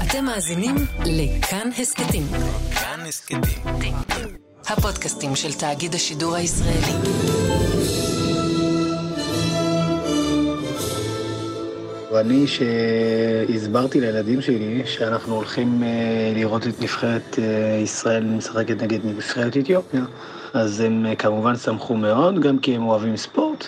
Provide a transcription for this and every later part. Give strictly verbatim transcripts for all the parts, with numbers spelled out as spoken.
אתם מאזינים לכאן הסקטים. כאן הסקטים. הפודקאסטים של תאגיד השידור הישראלי. ואני שהסברתי לילדים שלי שאנחנו הולכים לראות את נבחרת ישראל משחקת נגד נבחרת אתיופיה, אז הם כמובן שמחו מאוד, גם כי הם אוהבים ספורט.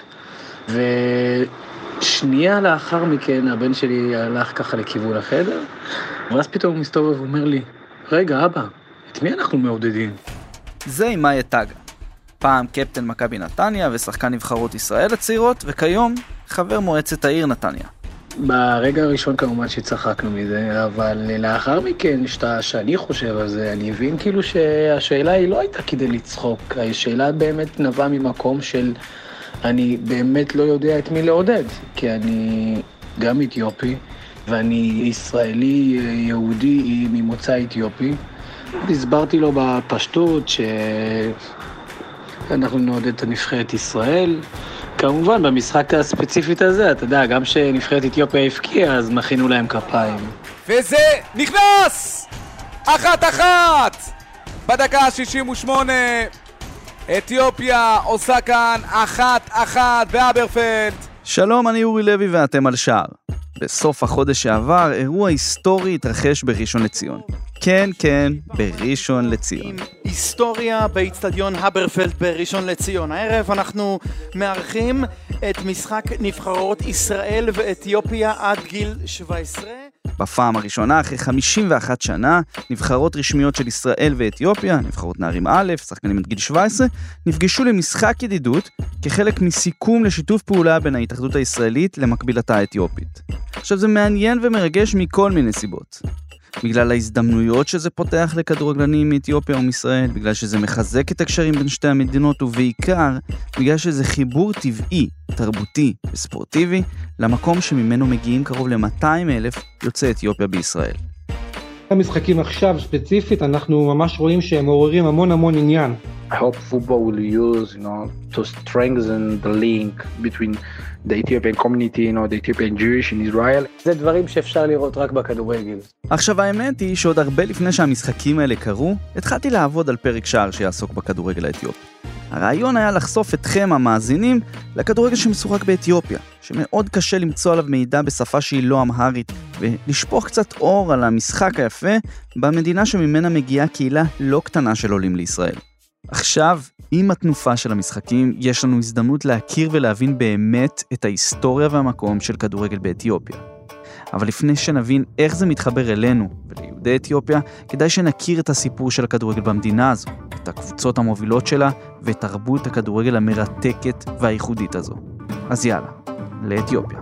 ושנייה לאחר מכן הבן שלי הלך ככה לכיוון החדר, ואז פתאום הוא מסתובב ואומר לי, רגע אבא, את מי אנחנו מעודדים? זה אימאי טאגה, פעם קפטן מכבי נתניה ושחקן נבחרות ישראל הצעירות, וכיום חבר מועצת העיר נתניה. ברגע הראשון כמובן שצחקנו מזה, אבל לאחר מכן, שאתה, שאני חושב על זה, אני מבין כאילו שהשאלה היא לא הייתה כדי לצחוק, השאלה באמת נבעה ממקום של אני באמת לא יודע את מי לעודד, כי אני גם אתיופי, ואני ישראלי יהודי ממוצא אתיופי. הסברתי לו בפשטות שאנחנו נעודד את הנבחרת ישראל. כמובן, במשחק הספציפית הזה, אתה יודע, גם שנבחרת אתיופיה הפקיעה, אז מכינו להם כפיים. וזה נכנס! אחת אחת! בדקה ה-שישים ושמונה, אתיופיה עושה כאן אחת אחת באברפלד. שלום, אני אורי לוי ואתם על שער. בסוף החודש שעבר, אירוע היסטורי התרחש בראשון לציון. כן, כן, בראשון לציון. היסטוריה באצטדיון הברפלד בראשון לציון. הערב אנחנו מארחים את משחק נבחרות ישראל ואתיופיה עד גיל שבע עשרה. בפעם הראשונה, אחרי חמישים ואחת שנה, נבחרות רשמיות של ישראל ואתיופיה, נבחרות נערים א', שחקנים עד גיל שבע עשרה, נפגשו למשחק ידידות כחלק מסיכום לשיתוף פעולה בין ההתאחדות הישראלית למקבילתה האתיופית. עכשיו זה מעניין ומרגש מכל מיני סיבות. בגלל ההזדמנויות שזה פותח לכדורגלנים מאתיופיה ומישראל, בגלל שזה מחזק את הקשרים בין שתי המדינות, ובעיקר בגלל שזה חיבור טבעי, תרבותי וספורטיבי למקום שממנו מגיעים קרוב ל-מאתיים אלף יוצאי אתיופיה בישראל. המשחקים עכשיו ספציפית אנחנו ממש רואים שהם מעוררים המון המון עניין. I hope football will use, you know, to strengthen the link between the Ethiopian community, you know, the Ethiopian Jewish in Israel. זה דברים שאפשר לראות רק בכדורגל. עכשיו האמת היא שעוד הרבה לפני שהמשחקים האלה קרו, התחלתי לעבוד על פרק שער שיעסוק בכדורגל האתיופי. הרעיון היה לחשוף אתכם המאזינים לכדורגל שמשוחק באתיופיה, שמאוד קשה למצוא עליו מידע בשפה שהיא לא אמהרית, ולשפוך קצת אור על המשחק היפה במדינה שממנה מגיעה קהילה לא קטנה של עולים לישראל. עכשיו, עם התנופה של המשחקים, יש לנו הזדמנות להכיר ולהבין באמת את ההיסטוריה והמקום של כדורגל באתיופיה. אבל לפני שנבין איך זה מתחבר אלינו וליהודי אתיופיה, כדאי שנכיר את הסיפור של הכדורגל במדינה הזו, את הקבוצות המובילות שלה ואת תרבות הכדורגל המרתקת והייחודית הזו. אז יאללה, לאתיופיה.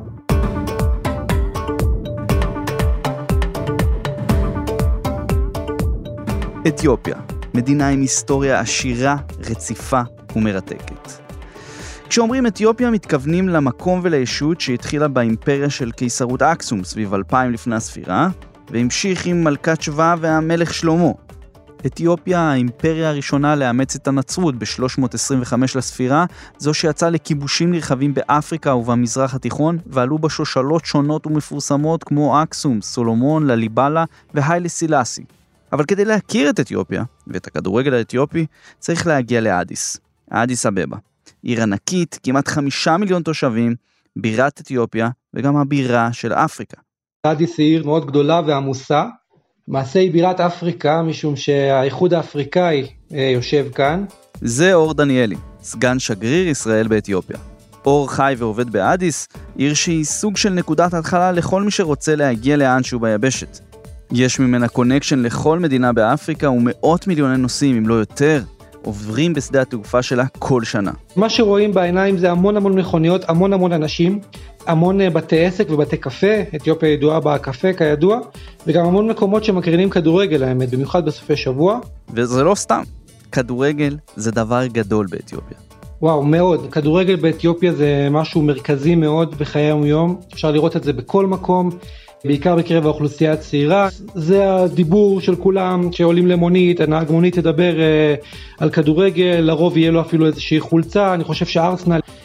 אתיופיה, מדינה עם היסטוריה עשירה, רציפה ומרתקת. כשאומרים אתיופיה מתכוונים למקום ולישות שהתחילה באימפריה של קיסרות אקסום סביב אלפיים לפני הספירה, והמשיך עם מלכת שבא והמלך שלמה. אתיופיה, האימפריה הראשונה לאמץ את הנצרות ב-שלוש מאות עשרים וחמש לספירה, זו שיצאה לכיבושים נרחבים באפריקה ובמזרח התיכון, ועלו בה שושלות שונות ומפורסמות כמו אקסום, סולומון, לליבלה והיילה סילאסי. אבל כדי להכיר את אתיופיה ואת הכדורגל האתיופי, צריך להגיע לאדיס, אדיס אבבה. עיר ענקית, כמעט חמישה מיליון תושבים, בירת אתיופיה וגם הבירה של אפריקה. אדיס היא עיר מאוד גדולה ועמוסה, מעשה היא בירת אפריקה משום שהאיחוד האפריקאי אה, יושב כאן. זה אור דניאלי, סגן שגריר ישראל באתיופיה. אור חי ועובד באדיס, עיר שהיא סוג של נקודת התחלה לכל מי שרוצה להגיע לאן שהוא ביבשת. יש ממנה קונקשן לכל מדינה באפריקה ומאות מיליוני נוסעים, אם לא יותר, עוברים בשדה התעופה שלה כל שנה. מה שרואים בעיניים זה המון המון מכוניות, המון המון אנשים, המון בתי עסק ובתי קפה, אתיופיה ידועה בקפה כידוע, וגם המון מקומות שמקרינים כדורגל האמת, במיוחד בסופי שבוע. וזה לא סתם, כדורגל זה דבר גדול באתיופיה. וואו, מאוד. כדורגל באתיופיה זה משהו מרכזי מאוד בחיי היום יום, אפשר לראות את זה בכל מקום, בעיקר בקרב האוכלוסייה הצעירה. זה הדיבור של כולם שעולים למונית, הנהג מונית תדבר uh, על כדורגל, לרוב יהיה לו אפילו איזושהי חולצה. אני חושב שארסנל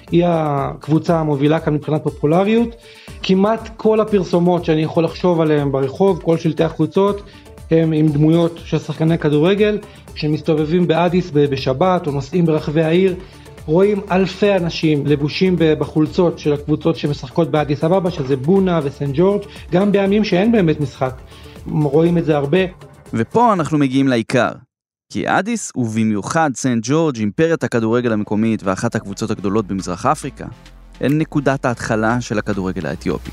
היא הקבוצה המובילה כאן מבחינת פופולריות. כמעט כל הפרסומות שאני יכול לחשוב עליהן ברחוב, כל שלטי החוצות, הם עם דמויות של שחקני כדורגל, שמסתובבים באדיס בשבת או נוסעים ברחבי העיר, רואים אלפי אנשים לבושים בחולצות של הקבוצות שמשחקות באדיס אבבה, שזה בונה וסן ג'ורג', גם בימים שאין באמת משחק. רואים את זה הרבה. ופה אנחנו מגיעים לעיקר. כי אדיס, ובמיוחד סן ג'ורג', אימפריית הכדורגל המקומית ואחת הקבוצות הגדולות במזרח אפריקה, הן נקודת ההתחלה של הכדורגל האתיופי.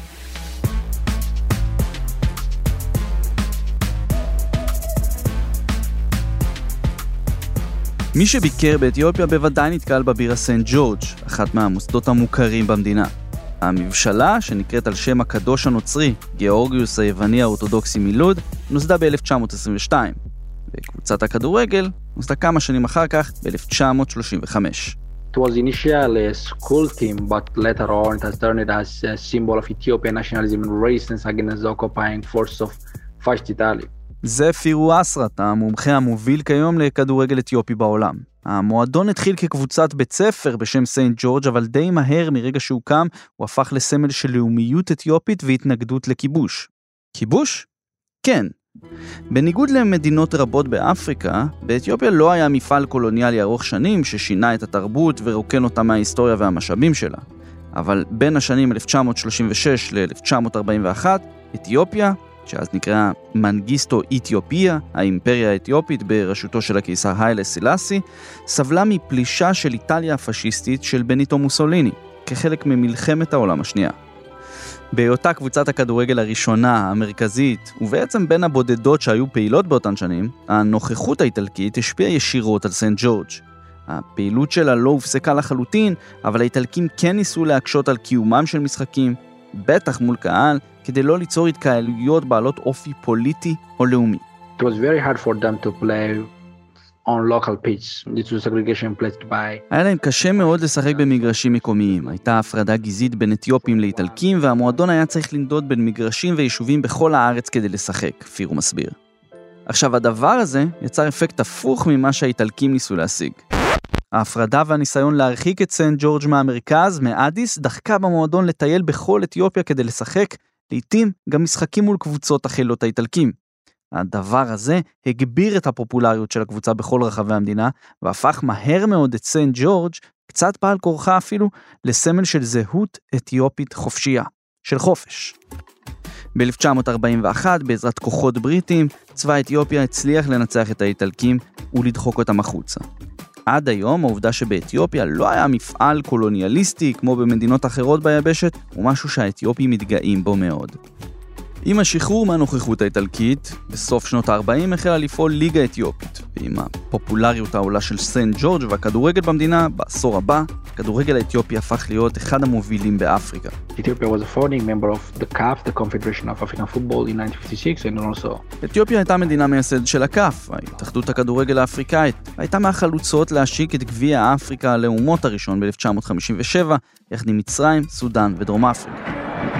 מי שביקר באתיופיה בוודאי נתקל בבירה סן ג'ורג', אחת מהמוסדות המוכרים במדינה. המבשלה, שנקראת על שם הקדוש הנוצרי, גיאורגיוס היווני האורתודוקסי מלוד, נוסדה ב-אלף תשע מאות עשרים ושתיים. וקבוצת הכדורגל נוסדה כמה שנים אחר כך, ב-אלף תשע מאות שלושים וחמש. It was initially a school team, but later on it has turned as a symbol of Ethiopian nationalism and resistance against the occupying force of Fascist Italy. זה פירו אסרת, המומחה המוביל כיום לכדורגל אתיופי בעולם. המועדון התחיל כקבוצת בית ספר בשם סנט ג'ורג', אבל די מהר מרגע שהוא קם, הוא הפך לסמל של לאומיות אתיופית והתנגדות לכיבוש. כיבוש? כן. בניגוד למדינות רבות באפריקה, באתיופיה לא היה מפעל קולוניאלי ארוך שנים ששינה את התרבות ורוקן אותה מההיסטוריה והמשאבים שלה. אבל בין השנים אלף תשע מאות שלושים ושש ל-אלף תשע מאות ארבעים ואחת, אתיופיה, שאז נקרא מנגיסטו אתיופיה, האימפריה האתיופית בראשותו של הקיסר היילה סילאסי, סבלה מפלישה של איטליה הפשיסטית של בניטו מוסוליני, כחלק ממלחמת העולם השנייה. בהיותה קבוצת הכדורגל הראשונה, המרכזית, ובעצם בין הבודדות שהיו פעילות באותן שנים, הנוכחות האיטלקית השפיעה ישירות על סנט ג'ורג'. הפעילות שלה לא הופסקה לחלוטין, אבל האיטלקים כן ניסו להקשות על קיומם של משחקים, בטח מול קהל, כדי לא ליצור התקהלויות בעלות אופי פוליטי או לאומי. It was very hard for them to play on local pitch. This was segregation placed by. היה להם קשה מאוד לשחק במגרשים מקומיים. הייתה הפרדה גזעית בין אתיופים לאיטלקים, והמועדון היה צריך לנדוד בין מגרשים ויישובים בכל הארץ כדי לשחק, פירו מסביר. עכשיו, הדבר הזה יצר אפקט הפוך ממה שהאיטלקים ניסו להשיג. ההפרדה והניסיון להרחיק את סנט ג'ורג' מהמרכז, מאדיס, דחקה במועדון לטייל בכל אתיופיה כדי לשחק, לעתים גם משחקים מול קבוצות החילות האיטלקים. הדבר הזה הגביר את הפופולריות של הקבוצה בכל רחבי המדינה, והפך מהר מאוד את סנט ג'ורג', קצת בעל כורחה אפילו, לסמל של זהות אתיופית חופשייה, של חופש. ב-אלף תשע מאות ארבעים ואחת, בעזרת כוחות בריטים, צבא אתיופיה הצליח לנצח את האיטלקים ולדחוק אותם החוצה. עד היום העובדה שבאתיופיה לא היה מפעל קולוניאליסטי כמו במדינות אחרות ביבשת, הוא משהו שהאתיופים מתגאים בו מאוד. עם השחרור מהנוכחות האיטלקית, בסוף שנות ה-ארבעים החלה לפעול ליגה אתיופית, ועם הפופולריות העולה של סנט ג'ורג' והכדורגל במדינה, בעשור הבא, הכדורגל האתיופי הפך להיות אחד המובילים באפריקה. Ethiopia was a founding member of the C A F, the Confederation of African Football in nineteen fifty-six, and also. אתיופיה הייתה מדינה מייסדת של ה-C A F, ההתאחדות הכדורגל האפריקאית, הייתה מהחלוצות להשיק את גביע אפריקה לאומות הראשון ב-אלף תשע מאות חמישים ושבע, יחד עם מצרים, סודן ודרום אפריקה.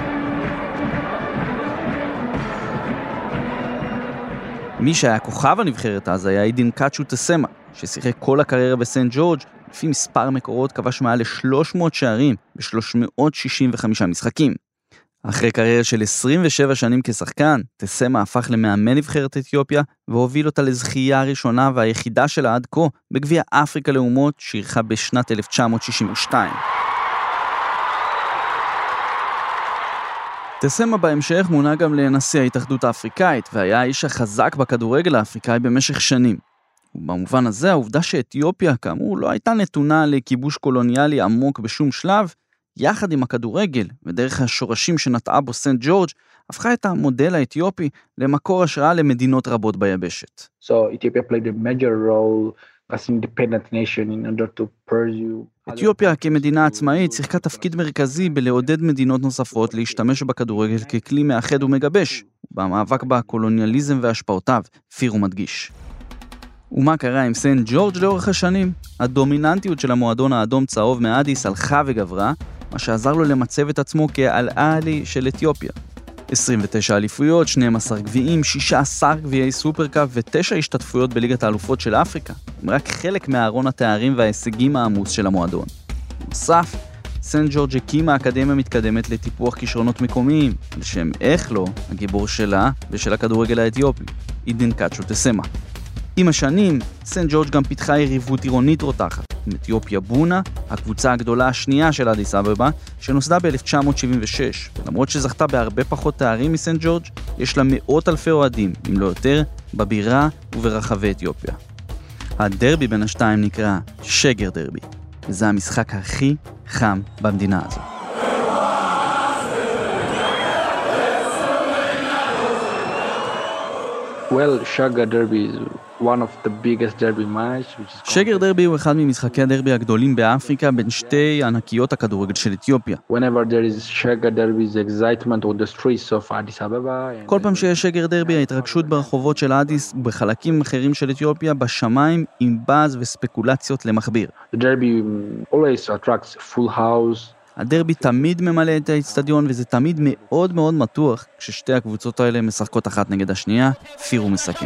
מי שהיה כוכב הנבחרת אז היה אידין קאצ'ו טסמה, ששיחק כל הקריירה בסנט ג'ורג', לפי מספר מקורות כבש מעל ל-שלוש מאות שערים ב-שלוש מאות שישים וחמישה משחקים. אחרי קריירה של עשרים ושבע שנים כשחקן, טסמה הפך למאמן נבחרת אתיופיה, והוביל אותה לזכייה הראשונה והיחידה שלה עד כה, בגביע אפריקה לאומות שאירחה בשנת אלף תשע מאות שישים ושתיים. טסמה בהמשך מונה גם לנשיא ההתאחדות האפריקאית, והיה האיש החזק בכדורגל האפריקאי במשך שנים. ובמובן הזה, העובדה שאתיופיה, כאמור, לא הייתה נתונה לכיבוש קולוניאלי עמוק בשום שלב, יחד עם הכדורגל ודרך השורשים שנטעה בו סנט ג'ורג', הפכה את המודל האתיופי למקור השראה למדינות רבות ביבשת. So Ethiopia played a major role as an independent nation in order to pursue. אתיופיה כמדינה עצמאית שיחקה תפקיד מרכזי בלעודד מדינות נוספות להשתמש בכדורגל ככלי מאחד ומגבש, במאבק בקולוניאליזם והשפעותיו, פירו מדגיש. ומה קרה עם סנט ג'ורג' לאורך השנים? הדומיננטיות של המועדון האדום צהוב מאדיס הלכה וגברה, מה שעזר לו למצב את עצמו כאל-אהלי של אתיופיה. עשרים ותשע אליפויות, שנים עשר גביעים, שישה עשר גביעי סופרקאפ ותשע השתתפויות בליגת האלופות של אפריקה. הם רק חלק מהארון התארים וההישגים העמוס של המועדון. נוסף, סנט ג'ורג' הקימה אקדמיה מתקדמת לטיפוח כישרונות מקומיים, על שם איך לא, הגיבור שלה ושל הכדורגל האתיופי, עידן קאצ'ו תסמה. עם השנים, סנט ג'ורג' גם פיתחה יריבות עירונית רותחת, עם אתיופיה בונה, הקבוצה הגדולה השנייה של אדיס אבבה, שנוסדה ב-אלף תשע מאות שבעים ושש, ולמרות שזכתה בהרבה פחות תארים מסנט ג'ורג', יש לה מאות אלפי אוהדים, אם לא יותר, בבירה וברחבי אתיופיה. הדרבי בין השתיים נקרא שגר דרבי, וזה המשחק הכי חם במדינה הזו. Well, Shagar Derby is one of the biggest derby match. שגר דרבי הוא אחד ממשחקי הדרבי הגדולים באפריקה בין שתי ענקיות הכדורגל של אתיופיה. Whenever there is Shagar Derby, the excitement on the streets of Addis Ababa. כל פעם שיש שגר דרבי, ההתרגשות ברחובות של אדיס ובחלקים אחרים של אתיופיה בשמיים עם באז וספקולציות למחביר. The derby always attracts full house. הדרבי תמיד ממלא את האצטדיון, וזה תמיד מאוד מאוד מתוח כששתי הקבוצות האלה משחקות אחת נגד השנייה. פירו מסכים.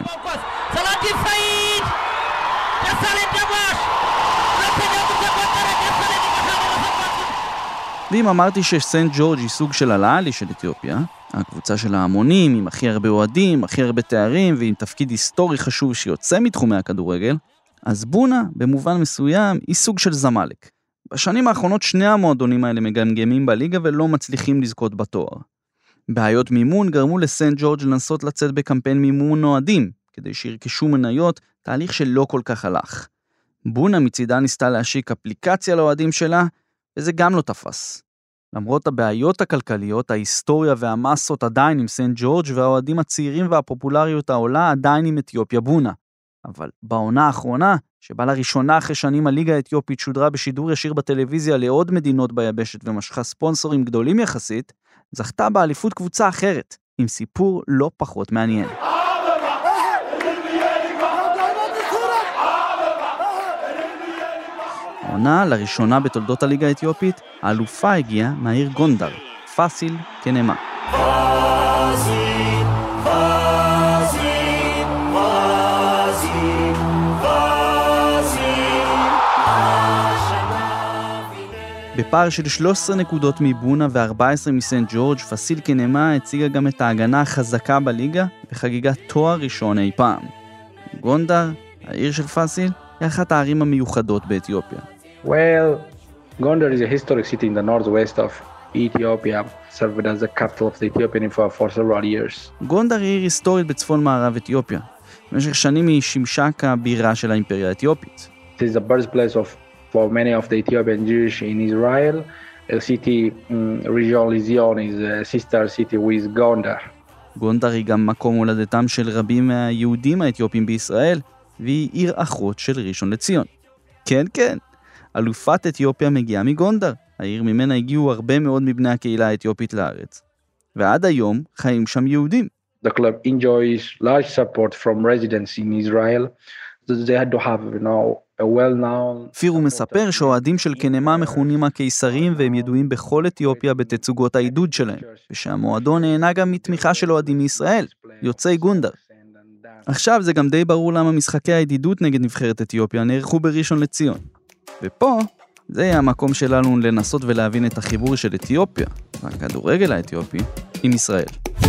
ואם אמרתי שסנט ג'ורג' היא סוג של הלאלי של אתיופיה, הקבוצה של ההמונים עם הכי הרבה אוהדים, הכי הרבה תארים ועם תפקיד היסטורי חשוב שיוצא מתחומי הכדורגל, אז בונה במובן מסוים היא סוג של זמלק. בשנים האחרונות שני המועדונים האלה מגמגמים בליגה ולא מצליחים לזכות בתואר. בעיות מימון גרמו לסנט ג'ורג' לנסות לצאת בקמפיין מימון אוהדים, כדי שירכשו מניות, תהליך שלא כל כך הלך. בונה מצידה ניסתה להשיק אפליקציה לאוהדים שלה, וזה גם לא תפס. למרות הבעיות הכלכליות, ההיסטוריה והמסות עדיין עם סנט ג'ורג' והאוהדים הצעירים והפופולריות העולה עדיין עם אתיופיה בונה. אבל בעונה האחרונה, שבה לראשונה אחרי שנים הליגה האתיופית שודרה בשידור ישיר בטלוויזיה לעוד מדינות ביבשת ומשכה ספונסורים גדולים יחסית, זכתה באליפות קבוצה אחרת, עם סיפור לא פחות מעניין. העונה, לראשונה בתולדות הליגה האתיופית, האלופה הגיעה מהעיר גונדר, פאסיל קנמה. בפער של שלוש עשרה נקודות מבונה ו-ארבע עשרה מסנט ג'ורג', פאסיל קנמה הציגה גם את ההגנה החזקה בליגה וחגיגה תואר ראשון אי פעם. גונדר, העיר של פאסיל, היא אחת הערים המיוחדות באתיופיה. Well, Gondar is a historic city in the northwest of Ethiopia, served as the capital of the Ethiopian for, for several years. גונדר היא עיר היסטורית בצפון מערב אתיופיה. במשך שנים היא שימשה כבירה של האימפריה האתיופית. It is the birthplace of for many of the Ethiopian Jews in Israel. The city um, region Lizion is a sister city with Gondar. גונדר היא גם מקום הולדתם של רבים מהיהודים האתיופים בישראל, והיא עיר אחות של ראשון לציון. כן, כן, אלופת אתיופיה מגיעה מגונדר, העיר ממנה הגיעו הרבה מאוד מבני הקהילה האתיופית לארץ. ועד היום חיים שם יהודים. The club enjoys large support from residents in Israel. They had to have, you know, a well-known... פירו מספר שהאוהדים של קנמה מכונים הקיסרים והם ידועים בכל אתיופיה בתצוגות העידוד שלהם, ושהמועדון נהנה גם מתמיכה של אוהדים מישראל, יוצאי גונדר. עכשיו זה גם די ברור למה משחקי הידידות נגד נבחרת אתיופיה נערכו בראשון לציון. ופה זה יהיה המקום שלנו לנסות ולהבין את החיבור של אתיופיה, והכדורגל האתיופי, עם ישראל.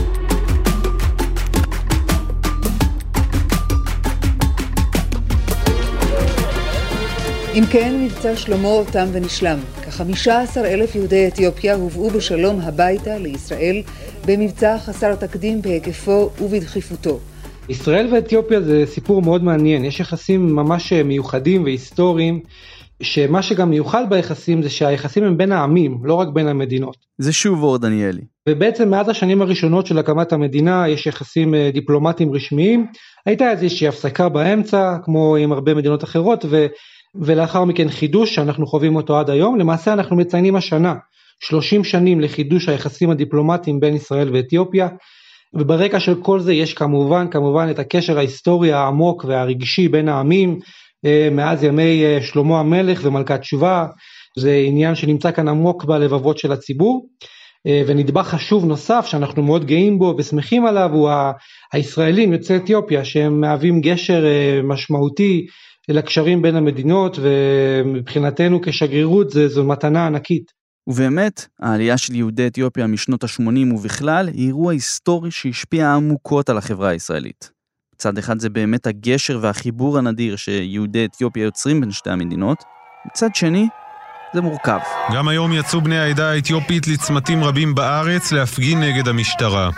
אם כן, מבצע שלמה תם ונשלם. כ-חמישה עשר אלף יהודי אתיופיה הובאו בשלום הביתה לישראל במבצע חסר תקדים בהיקפו ובדחיפותו. ישראל ואתיופיה זה סיפור מאוד מעניין. יש יחסים ממש מיוחדים והיסטוריים, שמה שגם מיוחד ביחסים זה שהיחסים הם בין העמים, לא רק בין המדינות. זה שוב אור דניאלי. ובעצם מאז השנים הראשונות של הקמת המדינה יש יחסים דיפלומטיים רשמיים. הייתה איזושהי הפסקה באמצע, כמו עם הרבה מדינות אחרות, ו... ולאחר מכן חידוש שאנחנו חווים אותו עד היום. למעשה אנחנו מציינים השנה שלושים שנים לחידוש היחסים הדיפלומטיים בין ישראל ואתיופיה, וברקע של כל זה יש כמובן כמובן את הקשר ההיסטורי העמוק והרגשי בין העמים, מאז ימי שלמה המלך ומלכת שבא. זה עניין שנמצא כאן עמוק בלבבות של הציבור, ונדבך חשוב נוסף שאנחנו מאוד גאים בו ושמחים עליו הוא הישראלים יוצאי אתיופיה, שהם מהווים גשר משמעותי לקשרים בין המדינות, ומבחינתנו כשגרירות זה, זו מתנה ענקית. ובאמת, העלייה של יהודי אתיופיה משנות ה-שמונים ובכלל, היא אירוע היסטורי שהשפיע עמוקות על החברה הישראלית. מצד אחד זה באמת הגשר והחיבור הנדיר שיהודי אתיופיה יוצרים בין שתי המדינות, מצד שני, זה מורכב. גם היום יצאו בני העדה האתיופית לצמתים רבים בארץ להפגין נגד המשטרה.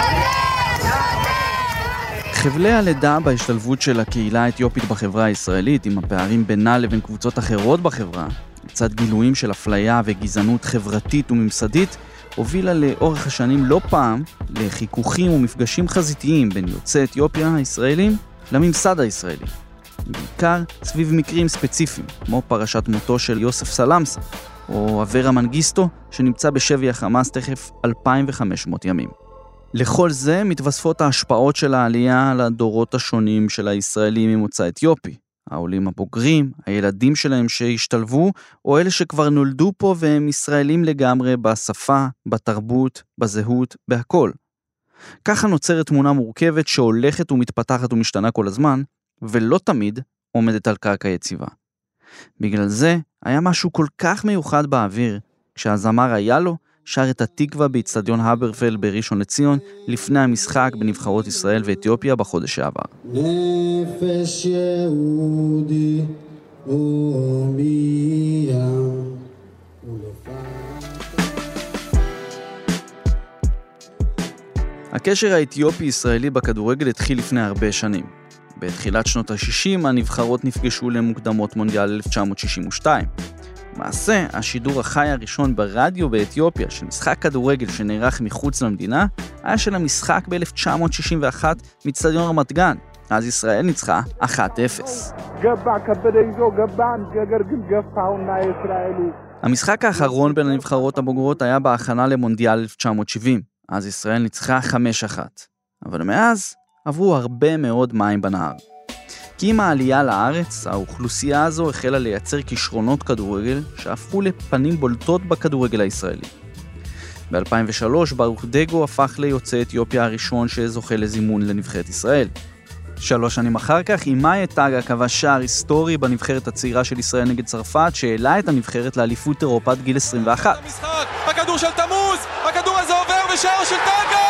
חבלי הלידה בהשתלבות של הקהילה האתיופית בחברה הישראלית, עם הפערים בינה לבין קבוצות אחרות בחברה, לצד גילויים של אפליה וגזענות חברתית וממסדית, הובילה לאורך השנים לא פעם לחיכוכים ומפגשים חזיתיים בין יוצאי אתיופיה הישראלים לממסד הישראלי. בעיקר סביב מקרים ספציפיים, כמו פרשת מותו של יוסף סלמסה, או אברה מנגיסטו, שנמצא בשבי החמאס תכף אלפיים וחמש מאות ימים. לכל זה מתווספות ההשפעות של העלייה על הדורות השונים של הישראלים ממוצא אתיופי. העולים הבוגרים, הילדים שלהם שהשתלבו, או אלה שכבר נולדו פה והם ישראלים לגמרי בשפה, בתרבות, בזהות, בהכל. ככה נוצרת תמונה מורכבת שהולכת ומתפתחת ומשתנה כל הזמן, ולא תמיד עומדת על קרקע יציבה. בגלל זה היה משהו כל כך מיוחד באוויר, כשהזמר היה לו שר את התקווה באצטדיון הברפלד בראשון לציון, לפני המשחק בנבחרות ישראל ואתיופיה בחודש שעבר. נפש יהודי ומיה. הקשר האתיופי-ישראלי בכדורגל התחיל לפני הרבה שנים. בתחילת שנות ה-שישים הנבחרות נפגשו למוקדמות מונדיאל אלף תשע מאות שישים ושתיים. למעשה, השידור החי הראשון ברדיו באתיופיה של משחק כדורגל שנערך מחוץ למדינה, היה של המשחק ב-אלף תשע מאות שישים ואחת מצטדיון רמת גן. אז ישראל ניצחה אחת אפס. המשחק האחרון בין הנבחרות הבוגרות היה בהכנה למונדיאל אלף תשע מאות שבעים. אז ישראל ניצחה חמש אחת. אבל מאז עברו הרבה מאוד מים בנהר. כי עם העלייה לארץ, האוכלוסייה הזו החלה לייצר כישרונות כדורגל שהפכו לפנים בולטות בכדורגל הישראלי. ב-אלפיים ושלוש ברוך דגו הפך ליוצא אתיופיה הראשון שזוכה לזימון לנבחרת ישראל. שלוש שנים אחר כך, אימאי טאגה קבע שער היסטורי בנבחרת הצעירה של ישראל נגד צרפת, שהעלה את הנבחרת לאליפות אירופה גיל עשרים ואחת. המשחק, הכדור של תמוז, הכדור הזה עובר בשער של טאגה!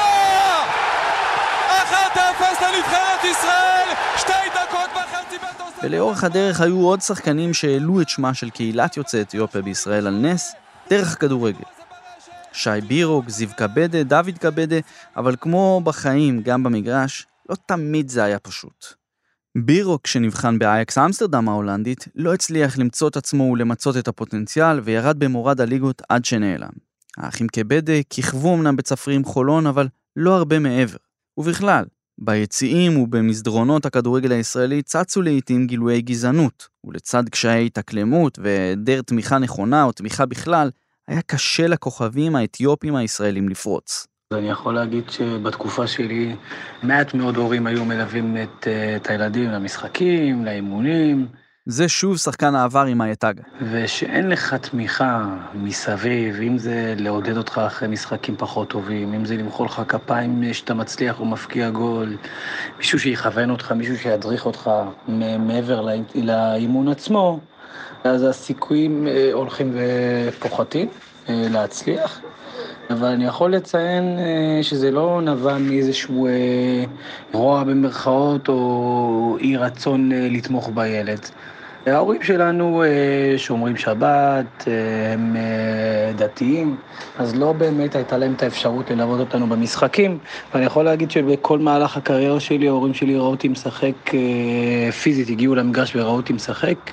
אחת אפס לנבחרת ישראל, שתי דקות וחצי בתוספת. ולאורך הדרך היו עוד שחקנים שהעלו את שמה של קהילת יוצאי אתיופיה בישראל על נס, דרך הכדורגל. שי בירוג, זיו קבדה, דוד קבדה, אבל כמו בחיים, גם במגרש, לא תמיד זה היה פשוט. בירוג, שנבחן באייקס אמסטרדם ההולנדית, לא הצליח למצוא את עצמו ולמצות את הפוטנציאל, וירד במורד הליגות עד שנעלם. האחים קבדה כיכבו אמנם בצפרים חולון, אבל לא הרבה מעבר. ובכלל, ביציעים ובמסדרונות הכדורגל הישראלי צצו לעתים גילויי גזענות, ולצד קשיי התאקלמות והיעדר תמיכה נכונה או תמיכה בכלל, היה קשה לכוכבים האתיופים הישראלים לפרוץ. אני יכול להגיד שבתקופה שלי מעט מאוד הורים היו מלווים את, את הילדים למשחקים, לאימונים. זה שוב שחקן העבר עם היטאגה. ושאין לך תמיכה מסביב, אם זה לעודד אותך אחרי משחקים פחות טובים, אם זה למחוא לך כפיים שאתה מצליח או מפקיע גול, מישהו שיכוון אותך, מישהו שידריך אותך מעבר לאימון עצמו, אז הסיכויים הולכים ופוחתים להצליח. אבל אני יכול לציין שזה לא נבע מאיזשהו רוע במרכאות או אי רצון לתמוך בילד. ההורים שלנו שומרים שבת, הם דתיים, אז לא באמת הייתה להם את האפשרות ללוות אותנו במשחקים. ואני יכול להגיד שבכל מהלך הקריירה שלי, ההורים שלי ראו אותי משחק פיזית, הגיעו למגרש וראו אותי משחק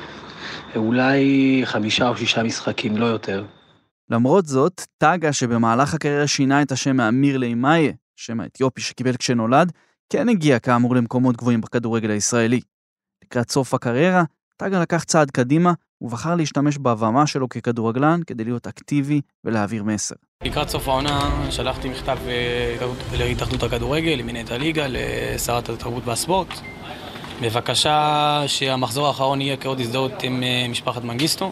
אולי חמישה או שישה משחקים, לא יותר. למרות זאת, טאגה שבמהלך הקריירה שינה את השם מאמיר לאימאי, שם האתיופי שקיבל כשנולד, כן הגיע כאמור למקומות גבוהים בכדורגל הישראלי. לקראת סוף הקריירה, טאגה לקח צעד קדימה ובחר להשתמש בבמה שלו ככדורגלן כדי להיות אקטיבי ולהעביר מסר. לקראת סוף העונה שלחתי מכתב להתאחדות הכדורגל, למנהלת הליגה, לשרת התרבות והספורט, בבקשה שהמחזור האחרון יהיה כעוד הזדהות עם משפחת מנגיסטו.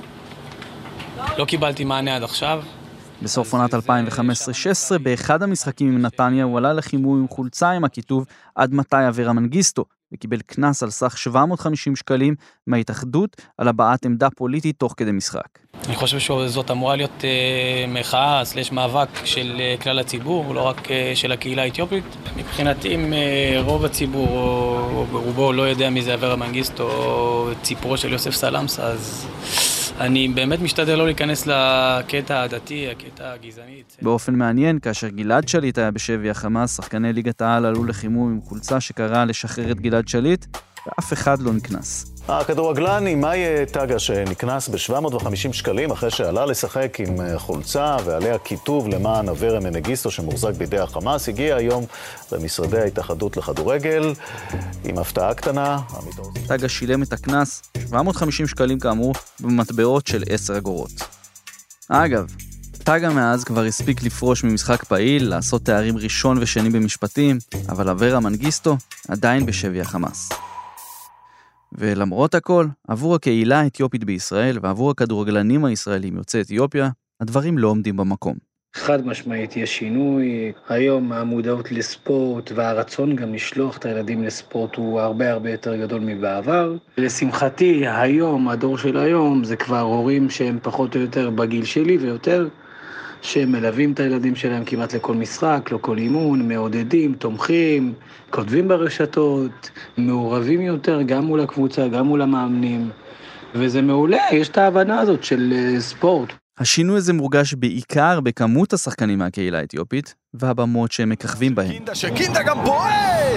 לא קיבלתי מענה עד עכשיו. בסוף עונת אלפיים וחמש עשרה שש עשרה, באחד המשחקים עם נתניה, הוא עלה לחימום עם חולצה עם הכיתוב עד מתי אברה מנגיסטו, וקיבל קנס על סך שבע מאות וחמישים שקלים מההתאחדות על הבעת עמדה פוליטית תוך כדי משחק. אני חושב שזאת אמורה להיות אה, מחאה סלש מאבק של אה, כלל הציבור, לא רק אה, של הקהילה האתיופית. מבחינתי, אם אה, רוב הציבור או, או רובו לא יודע מי זה אברה מנגיסטו או ציפורו של יוסף סלמסה, אז אני באמת משתדל לא להיכנס לקטע הדתי, הקטע הגזעני. באופן מעניין, כאשר גלעד שליט היה בשבי החמאס, שחקני ליגת העל עלו לחימום עם חולצה שקראה לשחרר את גלעד שליט, ואף אחד לא נכנס. הכדורגלן אימאי טאגה שנכנס ב-שבע מאות וחמישים שקלים אחרי שעלה לשחק עם חולצה ועליה כיתוב למען אברה מנגיסטו שמוחזק בידי החמאס, הגיע היום במשרדי ההתאחדות לכדורגל עם הפתעה קטנה. טאגה שילם את הקנס, שבע מאות וחמישים שקלים כאמור, במטבעות של עשר אגורות. אגב, טאגה מאז כבר הספיק לפרוש ממשחק פעיל, לעשות תארים ראשון ושני במשפטים, אבל אברה מנגיסטו עדיין בשבי החמאס. ולמרות הכל, עבור הקהילה האתיופית בישראל ועבור הכדורגלנים הישראלים יוצאי אתיופיה, הדברים לא עומדים במקום. חד משמעית יש שינוי, היום המודעות לספורט והרצון גם לשלוח את הילדים לספורט הוא הרבה הרבה יותר גדול מבעבר. לשמחתי היום, הדור של היום, זה כבר הורים שהם פחות או יותר בגיל שלי ויותר, שהם מלווים את הילדים שלהם כמעט לכל משחק, לכל אימון, מעודדים, תומכים, כותבים ברשתות, מעורבים יותר גם מול הקבוצה, גם מול המאמנים, וזה מעולה, יש את ההבנה הזאת של ספורט. השינוי הזה מורגש בעיקר בכמות השחקנים מהקהילה האתיופית, והבמות שהם מככבים בהם. קינדה, שקינדה גם בועט!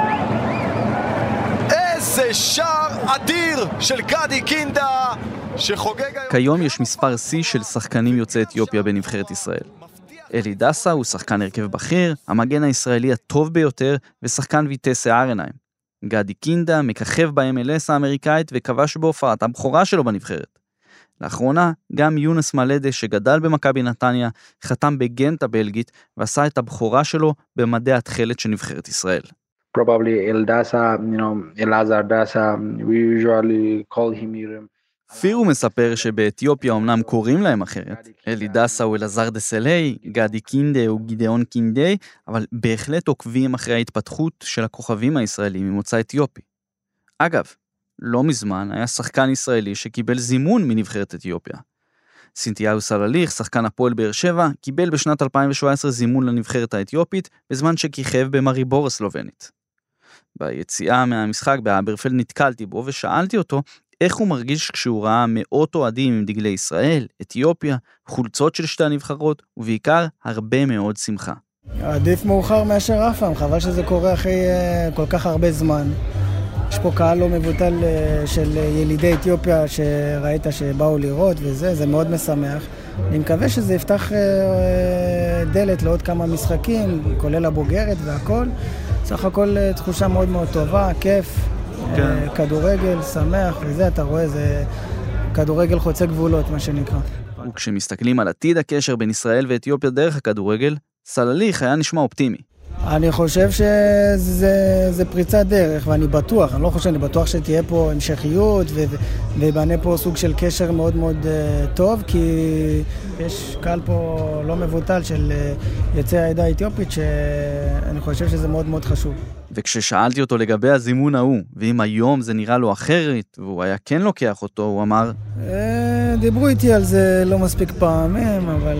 איזה שער אדיר של גדי קינדה! כיום יש מספר C של שחקנים יוצאי אתיופיה בנבחרת ישראל. אלי דסה הוא שחקן הרכב בכיר, המגן הישראלי הטוב ביותר ושחקן ויטסה ארנהיים. גדי קינדה מככב ב-אם אל אס האמריקאית וכבש בהופעת הבכורה שלו בנבחרת. לאחרונה גם יונס מלדה שגדל במכבי נתניה חתם בגנט הבלגית ועשה את הבכורה שלו במדי התחלת של נבחרת ישראל. Probably El Dasa, you know, Elazar Dasa, we usually call him Iram. פירו מספר שבאתיופיה אומנם קוראים להם אחרת. אלי דסה הוא אלעזר דסלי, גדי קינדה הוא גידאון קינדה, אבל בהחלט עוקבים אחרי ההתפתחות של הכוכבים הישראלים ממוצא אתיופי. אגב, לא מזמן היה שחקן ישראלי שקיבל זימון מנבחרת אתיופיה. סינתיהו סלליך, שחקן הפועל באר שבע, קיבל בשנת אלפיים שבע עשרה זימון לנבחרת האתיופית, בזמן שכיכב במריבור הסלובנית. ביציאה מהמשחק באברפלד נתקלתי בו ושאלתי אותו איך הוא מרגיש כשהוא ראה מאות אוהדים עם דגלי ישראל, אתיופיה, חולצות של שתי הנבחרות, ובעיקר הרבה מאוד שמחה. עדיף מאוחר מאשר אף פעם, חבל שזה קורה אחרי uh, כל כך הרבה זמן. יש פה קהל לא מבוטל uh, של ילידי אתיופיה שראית שבאו לראות וזה, זה מאוד משמח. אני מקווה שזה יפתח uh, uh, דלת לעוד כמה משחקים, כולל הבוגרת והכל. סך הכל uh, תחושה מאוד מאוד טובה, כיף. כן. כדורגל, שמח, וזה אתה רואה, זה כדורגל חוצה גבולות, מה שנקרא. וכשמסתכלים על עתיד הקשר בין ישראל ואתיופיה דרך הכדורגל, סלליך היה נשמע אופטימי. אני חושב שזה זה פריצת דרך, ואני בטוח, אני לא חושב, אני בטוח שתהיה פה המשכיות, ובנה פה סוג של קשר מאוד מאוד uh, טוב, כי יש קהל פה לא מבוטל של uh, יוצאי העדה האתיופית, שאני חושב שזה מאוד מאוד חשוב. וכששאלתי אותו לגבי הזימון ההוא, ואם היום זה נראה לו אחרת, והוא היה כן לוקח אותו, הוא אמר... דיברו איתי על זה לא מספיק פעמים, אבל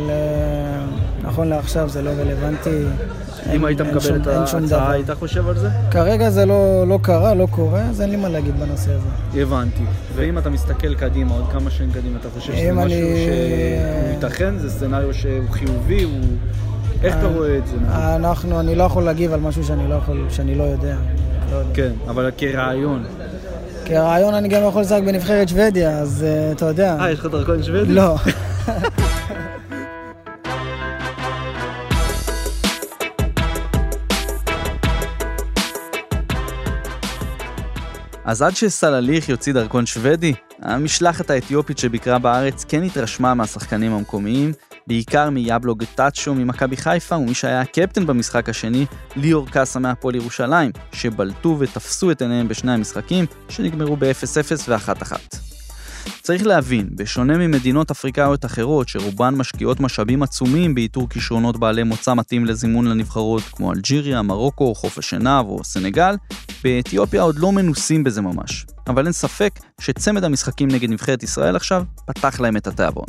נכון לעכשיו זה לא רלוונטי. אם היית מקבל את ההצעה, היית חושב על זה? כרגע זה לא קרה, לא קורה, אז אין לי מה להגיד בנושא הזה. הבנתי. ואם אתה מסתכל קדימה, עוד כמה שנים קדימה, אתה חושב שזה משהו שהוא ייתכן? זה סצנריו שהוא חיובי, הוא... איך אתה רואה את זה? אנחנו, אני לא יכול להגיב על משהו שאני לא יכול, שאני לא יודע. כן, אבל כרעיון. כרעיון אני גם יכול לשחק בנבחרת שוודיה, אז אתה יודע. אה, יש לך דרכון שוודי? לא. אז עד שסלליך יוציא דרכון שוודי, המשלחת האתיופית שביקרה בארץ כן התרשמה מהשחקנים המקומיים, בעיקר מיאבלו גטאצ'ו ממכבי חיפה, ומי שהיה הקפטן במשחק השני, ליאור קאסה מהפועל ירושלים, שבלטו ותפסו את עיניהם בשני המשחקים, שנגמרו ב-אפס אפס ו-אחת אחת. צריך להבין, בשונה ממדינות אפריקאיות אחרות שרובן משקיעות משאבים עצומים באיתור כישרונות בעלי מוצא מתאים לזימון לנבחרות כמו אלג'יריה, מרוקו, חוף השנהב או סנגל, באתיופיה עוד לא מנוסים בזה ממש. אבל אין ספק שצמד המשחקים נגד נבחרת ישראל עכשיו פתח להם את התיאבון.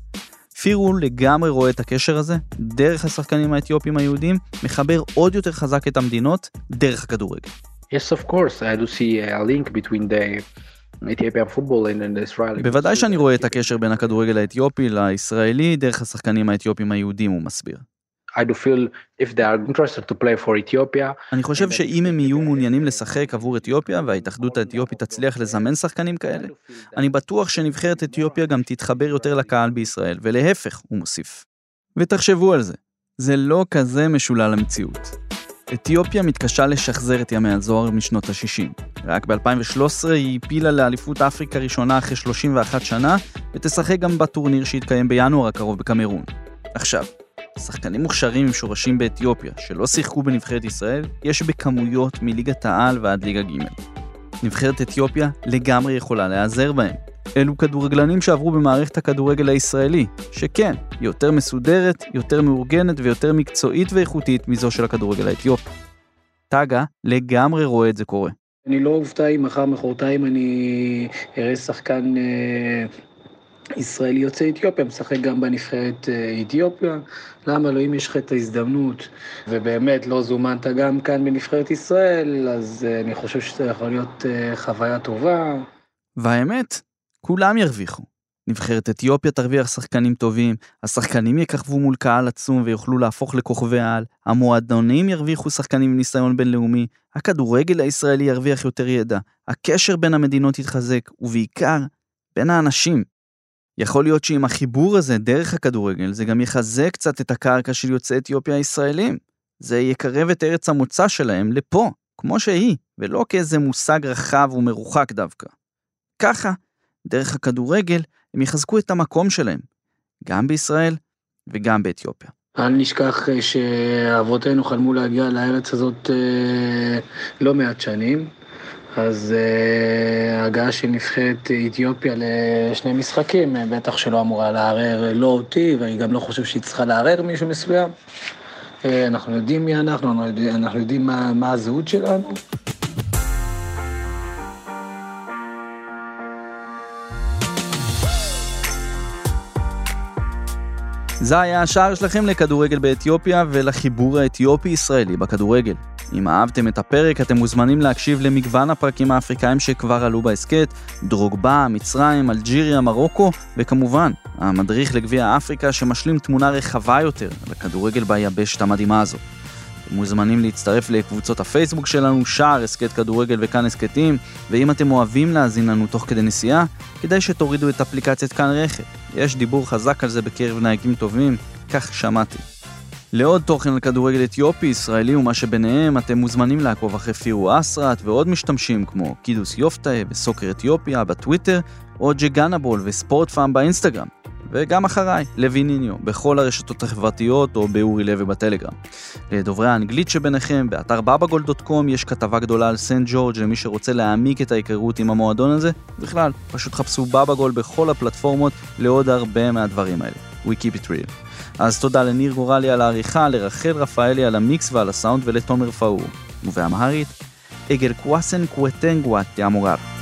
פירו לגמרי רואה את הקשר הזה, דרך השחקנים האתיופים היהודים, מחבר עוד יותר חזק את המדינות דרך הכדורגל. Yes, of course. I do see a link between the Ethiopian football and the Israeli. בוודאי שאני רואה את הקשר בין הכדורגל האתיופי לישראלי דרך השחקנים האתיופים היהודים, הוא מסביר. I do feel if they are interested to play for Ethiopia. אני חושב שאם הם יהיו מעוניינים לשחק עבור אתיופיה וההתאחדות האתיופית תצליח לזמן שחקנים כאלה, אני בטוח שנבחרת אתיופיה גם תתחבר יותר לקהל בישראל, ולהפך, הוא מוסיף. ותחשבו על זה, זה לא כזה משולל המציאות. אתיופיה מתקשה לשחזר את ימי הזוהר משנות ה-שישים. רק ב-אלפיים ושלוש עשרה היא הפילה לאליפות אפריקה ראשונה אחרי שלושים ואחת שנה, ותשחק גם בטורניר שהתקיים בינואר הקרוב בקמרון. עכשיו, שחקנים מוכשרים עם שורשים באתיופיה, שלא שיחקו בנבחרת ישראל, יש בכמויות מליגת העל ועד ליגה ג'. נבחרת אתיופיה לגמרי יכולה להיעזר בהם. אלו כדורגלנים שעברו במערכת הכדורגל הישראלי, שכן, היא יותר מסודרת, יותר מאורגנת ויותר מקצועית ואיכותית מזו של הכדורגל האתיופי. טאגה לגמרי רואה את זה קורה. אני לא אופתע אם מחר מחרתיים אני אראה שחקן אה, ישראלי יוצא אתיופיה, משחק גם בנבחרת אה, אתיופיה. למה לא? אם יש לך את ההזדמנות, ובאמת לא זומנת גם כאן בנבחרת ישראל, אז אה, אני חושב שזה יכול להיות אה, חוויה טובה. והאמת, כולם ירוויחו. נבחרת אתיופיה תרוויח שחקנים טובים, השחקנים יככבו מול קהל עצום ויוכלו להפוך לכוכבי העל, המועדונים ירוויחו שחקנים עם ניסיון בינלאומי, הכדורגל הישראלי ירוויח יותר ידע, הקשר בין המדינות יתחזק, ובעיקר בין האנשים. יכול להיות שעם החיבור הזה דרך הכדורגל, זה גם יחזק קצת את הקרקע של יוצאי אתיופיה הישראלים. זה יקרב את ארץ המוצא שלהם לפה, כמו שהיא, ולא כאיזה מושג רחב ומרוחק דווקא. ככה, דרך הכדורגל, הם יחזקו את המקום שלהם, גם בישראל וגם באתיופיה. אל נשכח שאבותינו חלמו להגיע לארץ הזאת לא מעט שנים, אז ההגעה של נבחרת אתיופיה לשני משחקים, בטח שלא אמורה לערער לא אותי, ואני גם לא חושב שהיא צריכה לערער מישהו מסוים. אנחנו יודעים מי אנחנו, אנחנו יודעים מה, מה הזהות שלנו. זה היה השער שלכם לכדורגל באתיופיה ולחיבור האתיופי-ישראלי בכדורגל. אם אהבתם את הפרק, אתם מוזמנים להקשיב למגוון הפרקים האפריקאים שכבר עלו בעסקת, דרוגבה, מצרים, אלג'יריה, מרוקו, וכמובן, המדריך לגביע אפריקה שמשלים תמונה רחבה יותר על הכדורגל ביבשת המדהימה הזו. אתם מוזמנים להצטרף לקבוצות הפייסבוק שלנו, שער, עסקת כדורגל וכאן עסקתים, ואם אתם אוהבים להאזין לנו תוך כדי נסיעה, כדאי שתורידו את אפליקציית כאן רכב. יש דיבור חזק על זה בקרב נהגים טובים, כך שמעתי. לעוד תוכן על כדורגל אתיופי, ישראלי ומה שביניהם, אתם מוזמנים לעקוב אחרי פירו אסרת ועוד משתמשים כמו קידוס יופטאי וסוקר אתיופיה בטוויטר, או ג'גנבול וספורט פאם באינסטגרם. וגם אחריי, לוי ניניו, בכל הרשתות החברתיות או באורי לוי בטלגרם. לדוברי האנגלית שביניכם, באתר בבגול דוט קום יש כתבה גדולה על סנט ג'ורג' למי שרוצה להעמיק את ההיכרות עם המועדון הזה. בכלל, פשוט חפשו בבגול בכל הפלטפורמות לעוד הרבה מהדברים האלה. We keep it real. אז תודה לניר גורלי על העריכה, לרחל רפאלי על המיקס ועל הסאונד ולתומר פאור. ובאמהרית, אגל קוואסן קווטן גואט תיאמורר.